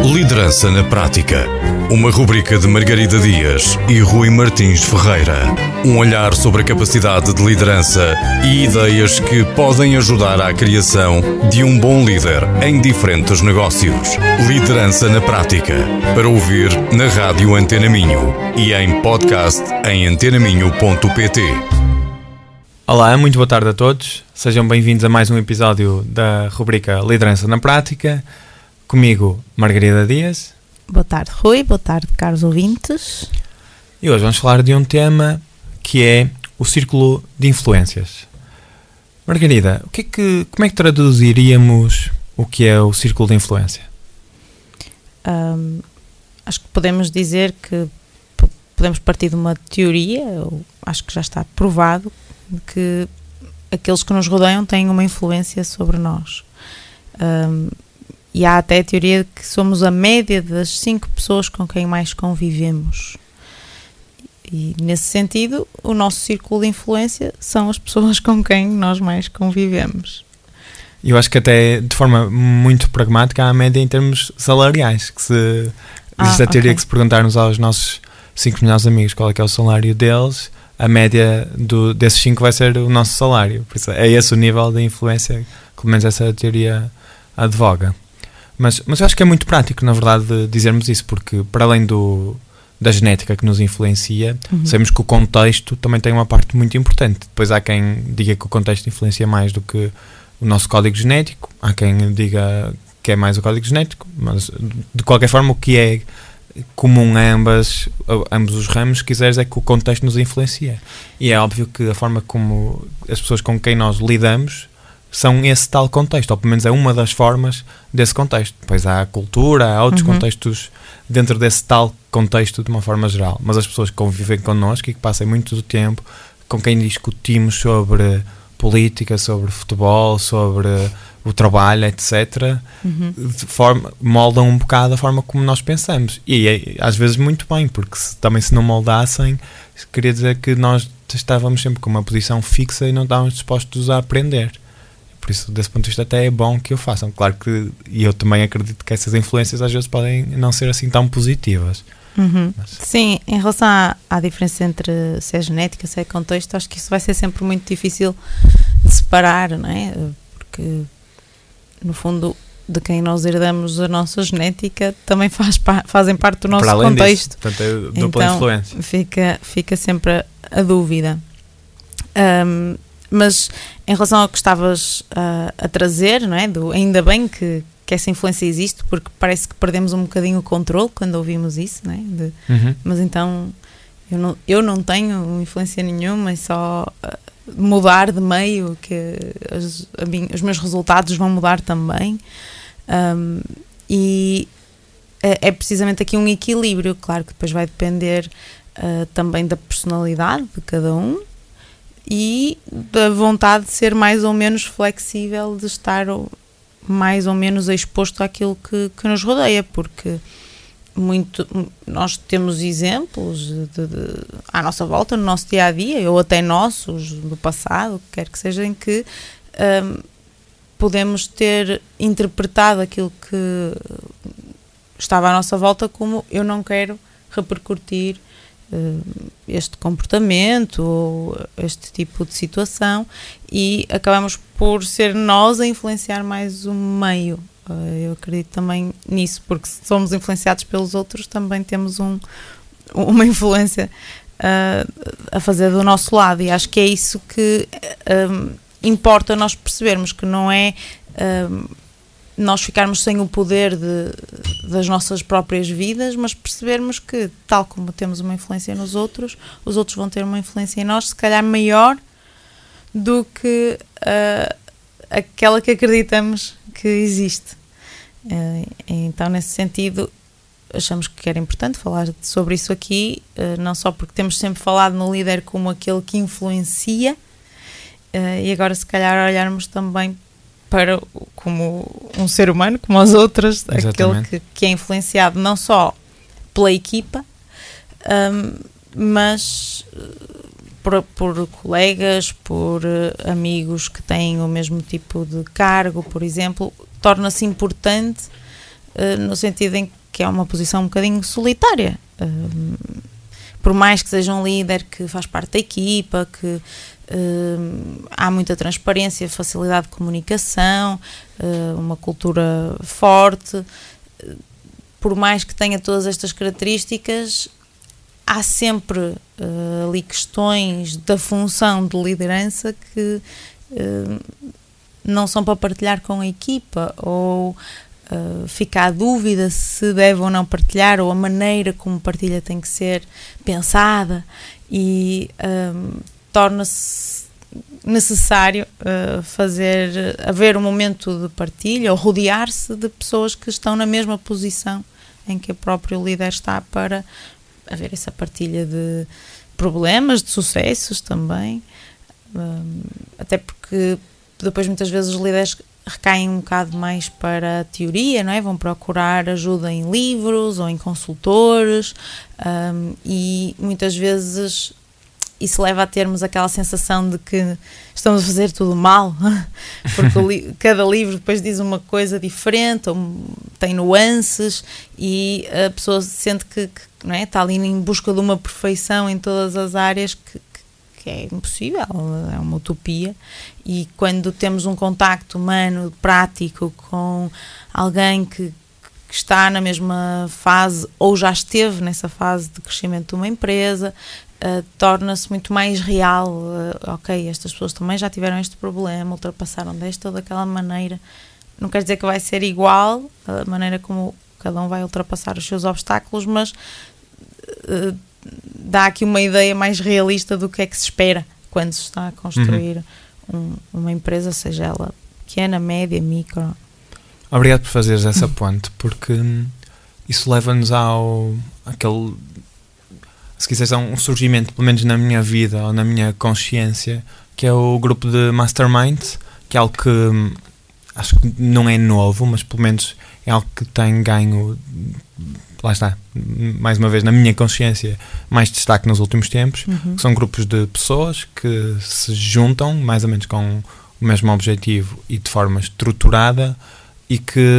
Liderança na Prática. Uma rubrica de Margarida Dias e Rui Martins Ferreira. Um olhar sobre a capacidade de liderança e ideias que podem ajudar à criação de um bom líder em diferentes negócios. Liderança na Prática. Para ouvir na Rádio Antena Minho e em podcast em antenaminho.pt. Olá, muito boa tarde a todos. Sejam bem-vindos a mais um episódio da rubrica Liderança na Prática. Comigo, Margarida Dias. Boa tarde, Rui. Boa tarde, caros ouvintes. E hoje vamos falar de um tema que é o círculo de influências. Margarida, como é que traduziríamos o que é o círculo de influência? Acho que podemos dizer que podemos partir de uma teoria, acho que já está provado, de que aqueles que nos rodeiam têm uma influência sobre nós. E há até a teoria de que somos a média das 5 pessoas com quem mais convivemos. E, nesse sentido, o nosso círculo de influência são as pessoas com quem nós mais convivemos. Eu acho que até, de forma muito pragmática, há a média em termos salariais. Que existe a teoria que se perguntarmos aos nossos 5 melhores amigos qual é que é o salário deles, a média desses 5 vai ser o nosso salário. Por isso, é esse o nível de influência que, pelo menos, essa teoria advoga. Mas eu acho que é muito prático, na verdade, dizermos isso, porque para além da genética que nos influencia, sabemos que o contexto também tem uma parte muito importante. Depois há quem diga que o contexto influencia mais do que o nosso código genético, há quem diga que é mais o código genético, mas de qualquer forma o que é comum a ambos os ramos, se quiseres, é que o contexto nos influencia. E é óbvio que a forma como as pessoas com quem nós lidamos são esse tal contexto, ou pelo menos é uma das formas desse contexto. Depois há a cultura, há outros contextos dentro desse tal contexto de uma forma geral. Mas as pessoas que convivem connosco e que passam muito do tempo, com quem discutimos sobre política, sobre futebol, sobre o trabalho, etc., moldam um bocado a forma como nós pensamos. E às vezes muito bem, porque também se não moldassem, queria dizer que nós estávamos sempre com uma posição fixa e não estávamos dispostos a aprender. Por isso, desse ponto de vista, até é bom que o façam. Claro que eu também acredito que essas influências às vezes podem não ser assim tão positivas. Mas... Sim, em relação à diferença entre se é genética, se é contexto, acho que isso vai ser sempre muito difícil de separar, não é? Porque, no fundo, de quem nós herdamos a nossa genética também fazem parte do nosso contexto. Disso, portanto, é dupla então, influência. Fica sempre a dúvida. Mas em relação ao que estavas a trazer, não é? Ainda bem que essa influência existe, porque parece que perdemos um bocadinho o controle quando ouvimos isso, não é? Mas então eu não tenho influência nenhuma, é só mudar de meio que os meus resultados vão mudar também. E é precisamente aqui um equilíbrio. Claro que depois vai depender também da personalidade de cada um e da vontade de ser mais ou menos flexível, de estar mais ou menos exposto àquilo que nos rodeia, porque nós temos exemplos à nossa volta, no nosso dia-a-dia, ou até nossos, do passado, quer que seja, em que podemos ter interpretado aquilo que estava à nossa volta como eu não quero repercutir este comportamento ou este tipo de situação, e acabamos por ser nós a influenciar mais o meio. Eu acredito também nisso, porque se somos influenciados pelos outros, também temos uma influência a fazer do nosso lado, e acho que é isso que importa nós percebermos, que não é nós ficarmos sem o poder das nossas próprias vidas, mas percebermos que, tal como temos uma influência nos outros, os outros vão ter uma influência em nós, se calhar maior do que aquela que acreditamos que existe. Então, nesse sentido, achamos que era importante falar sobre isso aqui, não só porque temos sempre falado no líder como aquele que influencia, e agora se calhar olharmos também como um ser humano, como os outros, aquele que é influenciado não só pela equipa, mas por colegas, por amigos que têm o mesmo tipo de cargo, por exemplo. Torna-se importante no sentido em que é uma posição um bocadinho solitária. Por mais que seja um líder que faz parte da equipa, que há muita transparência, facilidade de comunicação, uma cultura forte, por mais que tenha todas estas características, há sempre ali questões da função de liderança que não são para partilhar com a equipa, ou fica a dúvida se deve ou não partilhar, ou a maneira como partilha tem que ser pensada, e torna-se necessário haver um momento de partilha, ou rodear-se de pessoas que estão na mesma posição em que o próprio líder está, para haver essa partilha de problemas, de sucessos também, até porque depois muitas vezes os líderes recaem um bocado mais para a teoria, não é? Vão procurar ajuda em livros ou em consultores, e muitas vezes isso leva a termos aquela sensação de que estamos a fazer tudo mal, porque cada livro depois diz uma coisa diferente, ou tem nuances, e a pessoa sente que não é? Está ali em busca de uma perfeição em todas as áreas, que é impossível, é uma utopia. E quando temos um contacto humano, prático, com alguém que está na mesma fase, ou já esteve nessa fase de crescimento de uma empresa, torna-se muito mais real. Ok, estas pessoas também já tiveram este problema, ultrapassaram desta ou daquela maneira. Não quer dizer que vai ser igual a maneira como cada um vai ultrapassar os seus obstáculos, mas dá aqui uma ideia mais realista do que é que se espera quando se está a construir uma empresa, seja ela pequena, média, micro. Obrigado por fazeres essa ponte, porque isso leva-nos àquele, se quiseres, a um surgimento, pelo menos na minha vida ou na minha consciência, que é o grupo de Mastermind, que é algo que acho que não é novo, mas pelo menos é algo que tem ganho, lá está, mais uma vez na minha consciência, mais destaque nos últimos tempos, que são grupos de pessoas que se juntam mais ou menos com o mesmo objetivo e de forma estruturada, e que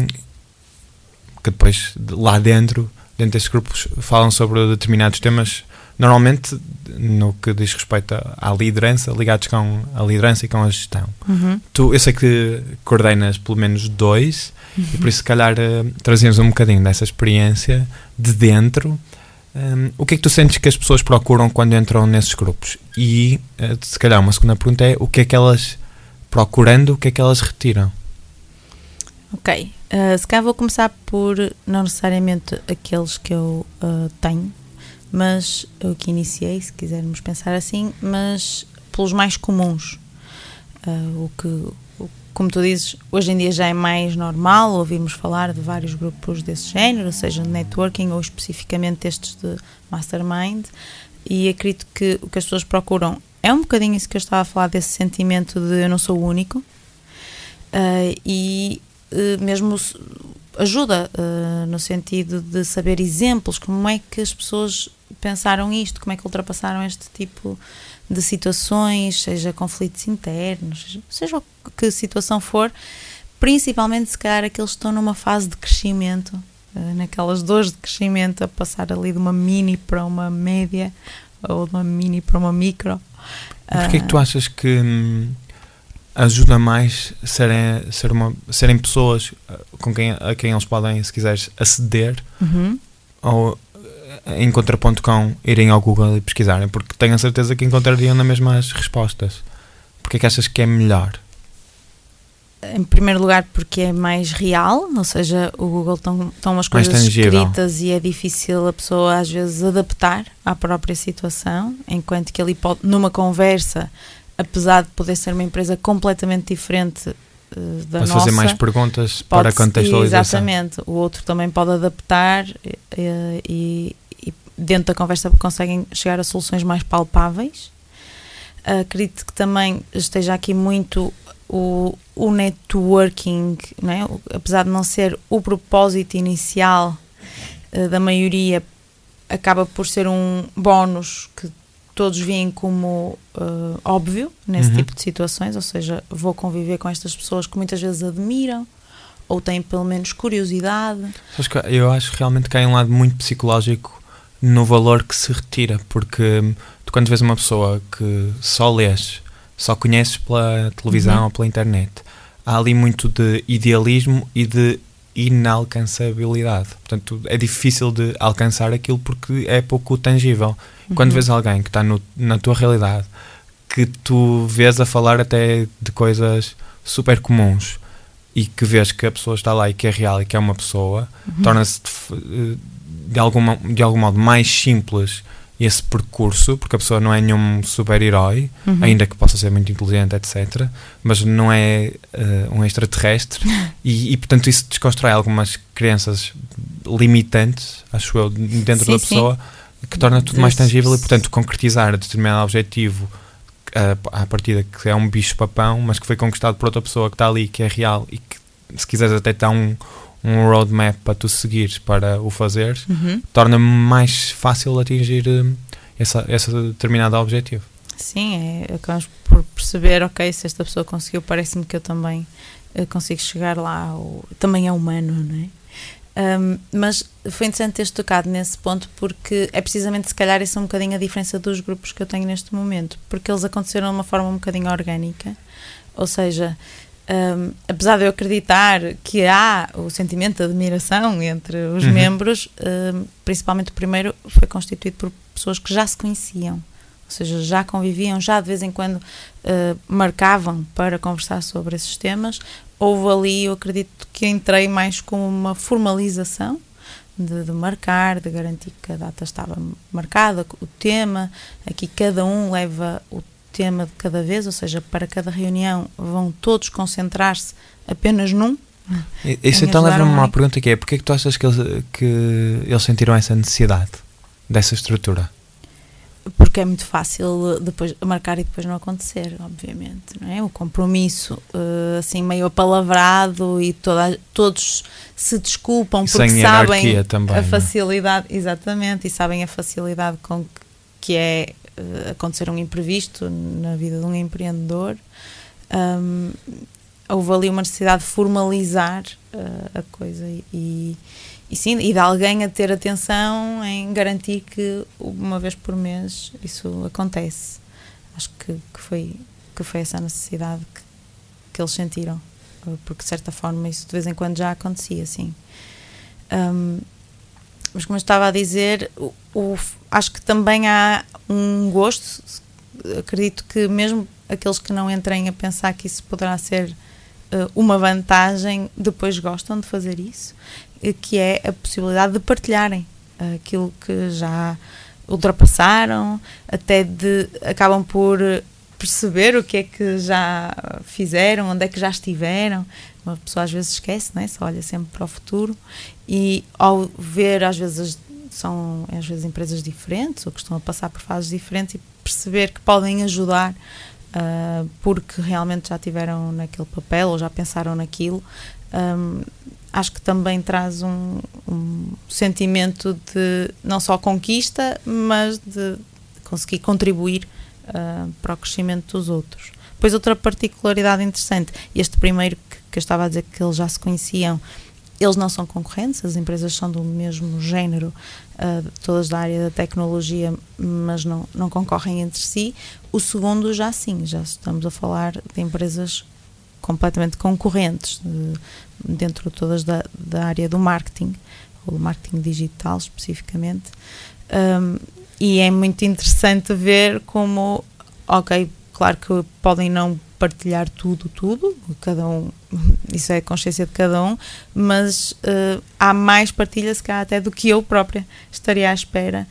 depois lá dentro destes grupos falam sobre determinados temas, normalmente no que diz respeito à liderança, ligados com a liderança e com a gestão. Eu sei que coordenas pelo menos 2, e por isso se calhar trazemos um bocadinho dessa experiência de dentro. O que é que tu sentes que as pessoas procuram quando entram nesses grupos? E se calhar uma segunda pergunta é: o que é que elas, procurando, o que é que elas retiram? Ok, se calhar vou começar por não necessariamente aqueles que eu tenho, mas eu que iniciei, se quisermos pensar assim, mas pelos mais comuns. Como tu dizes, hoje em dia já é mais normal ouvirmos falar de vários grupos desse género, seja de networking ou especificamente estes de Mastermind, e acredito que o que as pessoas procuram é um bocadinho isso que eu estava a falar, desse sentimento de eu não sou o único, e mesmo ajuda no sentido de saber exemplos, como é que as pessoas pensaram isto, como é que ultrapassaram este tipo de situações, seja conflitos internos, seja que situação for, principalmente se calhar aqueles que estão numa fase de crescimento, naquelas dores de crescimento, a passar ali de uma mini para uma média, ou de uma mini para uma micro. Porquê é que tu achas que ajuda mais serem pessoas a quem eles podem, se quiseres, aceder, ou em contraponto com irem ao Google e pesquisarem? Porque tenho a certeza que encontrariam na mesma as respostas. Porquê é que achas que é melhor? Em primeiro lugar, porque é mais real, ou seja, o Google estão as coisas escritas e é difícil a pessoa às vezes adaptar à própria situação, enquanto que ali pode, numa conversa, apesar de poder ser uma empresa completamente diferente da nossa, fazer mais perguntas para contextualização. Exatamente, o outro também pode adaptar e dentro da conversa conseguem chegar a soluções mais palpáveis. Acredito que também esteja aqui muito o networking, não é? Apesar de não ser o propósito inicial da maioria, acaba por ser um bónus que todos veem como óbvio nesse tipo de situações, ou seja, vou conviver com estas pessoas que muitas vezes admiram ou têm pelo menos curiosidade. Eu acho realmente que há um lado muito psicológico no valor que se retira, porque tu quando vês uma pessoa que só lês, só conheces pela televisão ou pela internet, há ali muito de idealismo e de inalcançabilidade. Portanto, é difícil de alcançar aquilo porque é pouco tangível. Quando vês alguém que está na tua realidade, que tu vês a falar até de coisas super comuns e que vês que a pessoa está lá e que é real e que é uma pessoa, torna-se de algum modo mais simples esse percurso, porque a pessoa não é nenhum super-herói, ainda que possa ser muito inteligente, etc., mas não é um extraterrestre e portanto isso desconstrói algumas crenças limitantes, acho eu, dentro da pessoa, que torna tudo mais tangível e portanto concretizar determinado objetivo à partida que é um bicho-papão, mas que foi conquistado por outra pessoa que está ali, que é real e que se quiseres até está um roadmap para tu seguires para o fazeres, torna mais fácil atingir esse determinado objetivo. Sim, acabamos por perceber, ok, se esta pessoa conseguiu, parece-me que eu também consigo chegar lá, também é humano, não é? Mas foi interessante teres tocado nesse ponto, porque é precisamente, se calhar, isso é um bocadinho a diferença dos grupos que eu tenho neste momento, porque eles aconteceram de uma forma um bocadinho orgânica, ou seja, apesar de eu acreditar que há o sentimento de admiração entre os membros, principalmente o primeiro foi constituído por pessoas que já se conheciam, ou seja, já conviviam, já de vez em quando marcavam para conversar sobre esses temas. Houve ali, eu acredito que entrei mais como uma formalização de marcar, de garantir que a data estava marcada, o tema, aqui cada um leva o tema de cada vez, ou seja, para cada reunião vão todos concentrar-se apenas num. Isso então leva-me a uma pergunta que é: porque é que tu achas que eles sentiram essa necessidade dessa estrutura? Porque é muito fácil depois marcar e depois não acontecer, obviamente, não é? O compromisso assim meio apalavrado e todos se desculpam porque sabem também, a facilidade, exatamente, e sabem a facilidade com que é acontecer um imprevisto na vida de um empreendedor. Houve ali uma necessidade de formalizar a coisa e sim, e de alguém a ter atenção em garantir que uma vez por mês isso acontece. Acho que foi essa necessidade que eles sentiram, porque de certa forma isso de vez em quando já acontecia, sim. Mas como eu estava a dizer, acho que também há um gosto, acredito que mesmo aqueles que não entrem a pensar que isso poderá ser uma vantagem, depois gostam de fazer isso, que é a possibilidade de partilharem aquilo que já ultrapassaram, até acabam por perceber o que é que já fizeram, onde é que já estiveram. Uma pessoa às vezes esquece, não é? Só olha sempre para o futuro, e ao ver, às vezes são empresas diferentes ou que estão a passar por fases diferentes, e perceber que podem ajudar porque realmente já tiveram naquele papel ou já pensaram naquilo, acho que também traz um sentimento de não só conquista, mas de conseguir contribuir para o crescimento dos outros. Depois, outra particularidade interessante, este primeiro que eu estava a dizer, que eles já se conheciam, eles não são concorrentes, as empresas são do mesmo género, todas da área da tecnologia, mas não concorrem entre si. O segundo já sim, já estamos a falar de empresas completamente concorrentes, dentro todas da área do marketing, ou do marketing digital especificamente, e é muito interessante ver como, ok, claro que podem não partilhar tudo, cada um, isso é a consciência de cada um, mas há mais partilha, se calhar, até do que eu própria estaria à espera,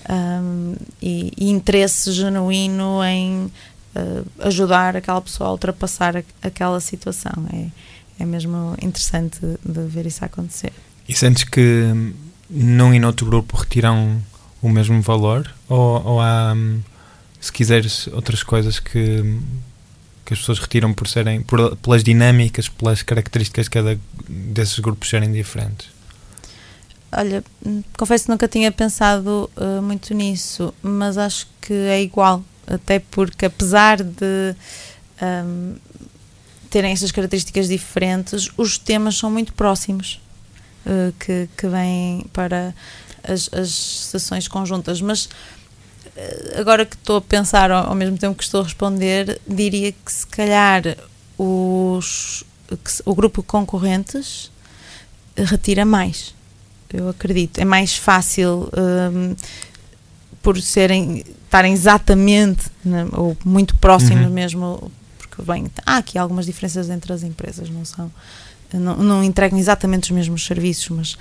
e interesse genuíno em ajudar aquela pessoa a ultrapassar aquela situação. É mesmo interessante de ver isso acontecer. E sentes que num e noutro grupo retiram o mesmo valor? Ou há, se quiseres, outras coisas que as pessoas retiram pelas dinâmicas, pelas características de cada desses grupos serem diferentes? Olha, confesso que nunca tinha pensado muito nisso, mas acho que é igual, até porque apesar de terem estas características diferentes, os temas são muito próximos que vêm para as sessões conjuntas. Mas agora que estou a pensar ao mesmo tempo que estou a responder, diria que se calhar o grupo de concorrentes retira mais. Eu acredito. É mais fácil por estarem exatamente, né, ou muito próximos mesmo, porque bem, há aqui algumas diferenças entre as empresas, não entregam exatamente os mesmos serviços, mas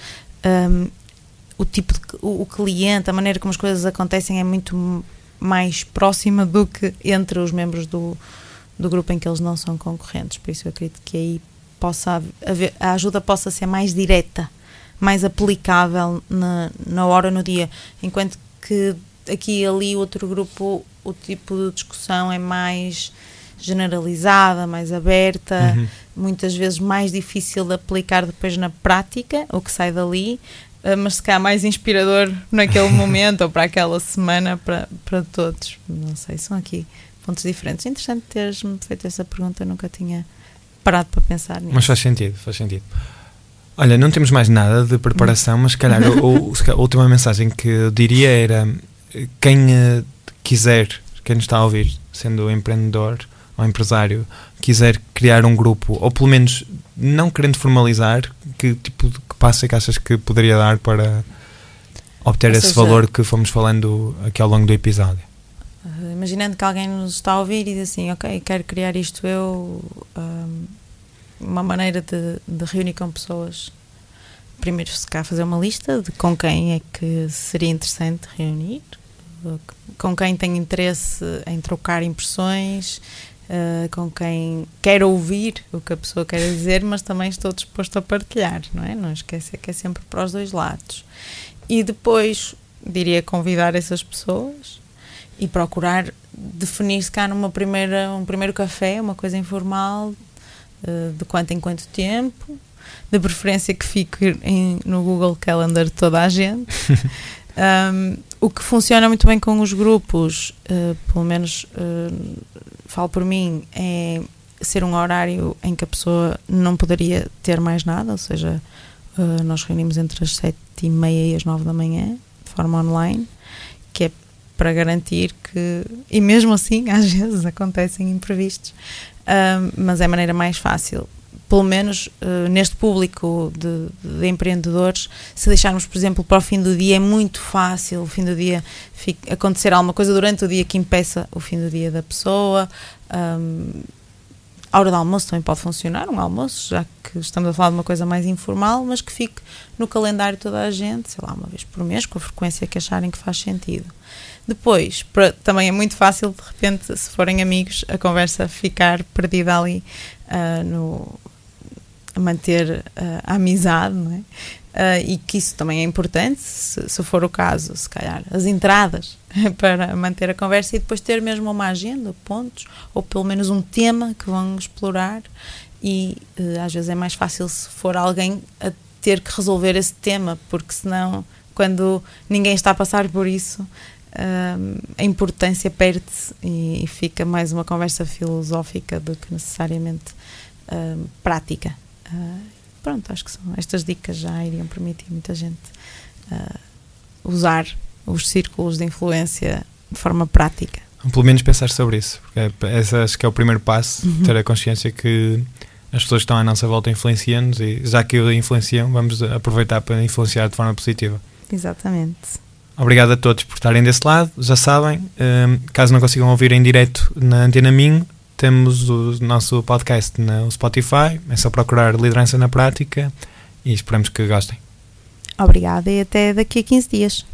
o cliente, a maneira como as coisas acontecem é muito mais próxima do que entre os membros do grupo em que eles não são concorrentes. Por isso eu acredito que aí a ajuda possa ser mais direta, mais aplicável na hora, no dia, enquanto que aqui e ali outro grupo, o tipo de discussão é mais generalizada, mais aberta, muitas vezes mais difícil de aplicar depois na prática, o que sai dali, mas se calhar mais inspirador naquele momento ou para aquela semana para todos. Não sei, são aqui pontos diferentes. Interessante teres-me feito essa pergunta, eu nunca tinha parado para pensar nisso. Mas faz sentido. Olha, não temos mais nada de preparação, mas se calhar a última mensagem que eu diria era: quem quiser, quem nos está a ouvir, sendo empreendedor ou empresário, quiser criar um grupo, ou pelo menos não querendo formalizar, que tipo de passo é que achas que poderia dar para obter esse valor que fomos falando aqui ao longo do episódio? Imaginando que alguém nos está a ouvir e diz assim: ok, quero criar isto uma maneira de reunir com pessoas. Primeiro, se calhar, fazer uma lista de com quem é que seria interessante reunir, com quem tem interesse em trocar impressões, com quem quer ouvir o que a pessoa quer dizer, mas também estou disposto a partilhar, não é? Não esquecer que é sempre para os dois lados. E depois, diria, convidar essas pessoas e procurar definir, se cá um primeiro café, uma coisa informal, de quanto em quanto tempo, de preferência que fique no Google Calendar de toda a gente. O que funciona muito bem com os grupos, pelo menos falo por mim, é ser um horário em que a pessoa não poderia ter mais nada, ou seja, nós reunimos entre as 7h30 e as 9 da manhã, de forma online, que é para garantir que, e mesmo assim às vezes acontecem imprevistos, mas é a maneira mais fácil. Pelo menos neste público de empreendedores, se deixarmos, por exemplo, para o fim do dia, é muito fácil o fim do dia acontecer alguma coisa durante o dia que impeça o fim do dia da pessoa. A hora do almoço também pode funcionar, um almoço, já que estamos a falar de uma coisa mais informal, mas que fique no calendário de toda a gente, sei lá, uma vez por mês, com a frequência que acharem que faz sentido. Depois, também é muito fácil, de repente, se forem amigos, a conversa ficar perdida ali a manter a amizade, não é? E que isso também é importante, se for o caso, se calhar, as entradas para manter a conversa, e depois ter mesmo uma agenda, pontos, ou pelo menos um tema que vão explorar, e às vezes é mais fácil se for alguém a ter que resolver esse tema, porque senão, quando ninguém está a passar por isso, a importância perde-se e fica mais uma conversa filosófica do que necessariamente prática. Pronto, acho que estas dicas já iriam permitir muita gente usar os círculos de influência de forma prática. Pelo menos pensar sobre isso, porque acho que é o primeiro passo, ter a consciência que as pessoas que estão à nossa volta influenciam-nos, e já que o influenciam, vamos aproveitar para influenciar de forma positiva. Exatamente. Obrigado a todos por estarem desse lado. Já sabem, caso não consigam ouvir em direto na Antena Minho, temos o nosso podcast no Spotify, é só procurar Liderança na Prática, e esperamos que gostem. Obrigada e até daqui a 15 dias.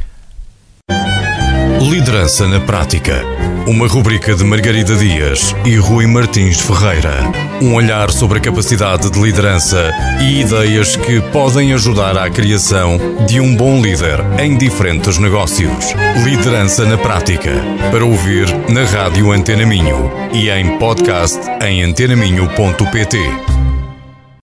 Liderança na Prática, uma rubrica de Margarida Dias e Rui Martins Ferreira. Um olhar sobre a capacidade de liderança e ideias que podem ajudar à criação de um bom líder em diferentes negócios. Liderança na Prática, para ouvir na Rádio Antena Minho e em podcast em antenaminho.pt.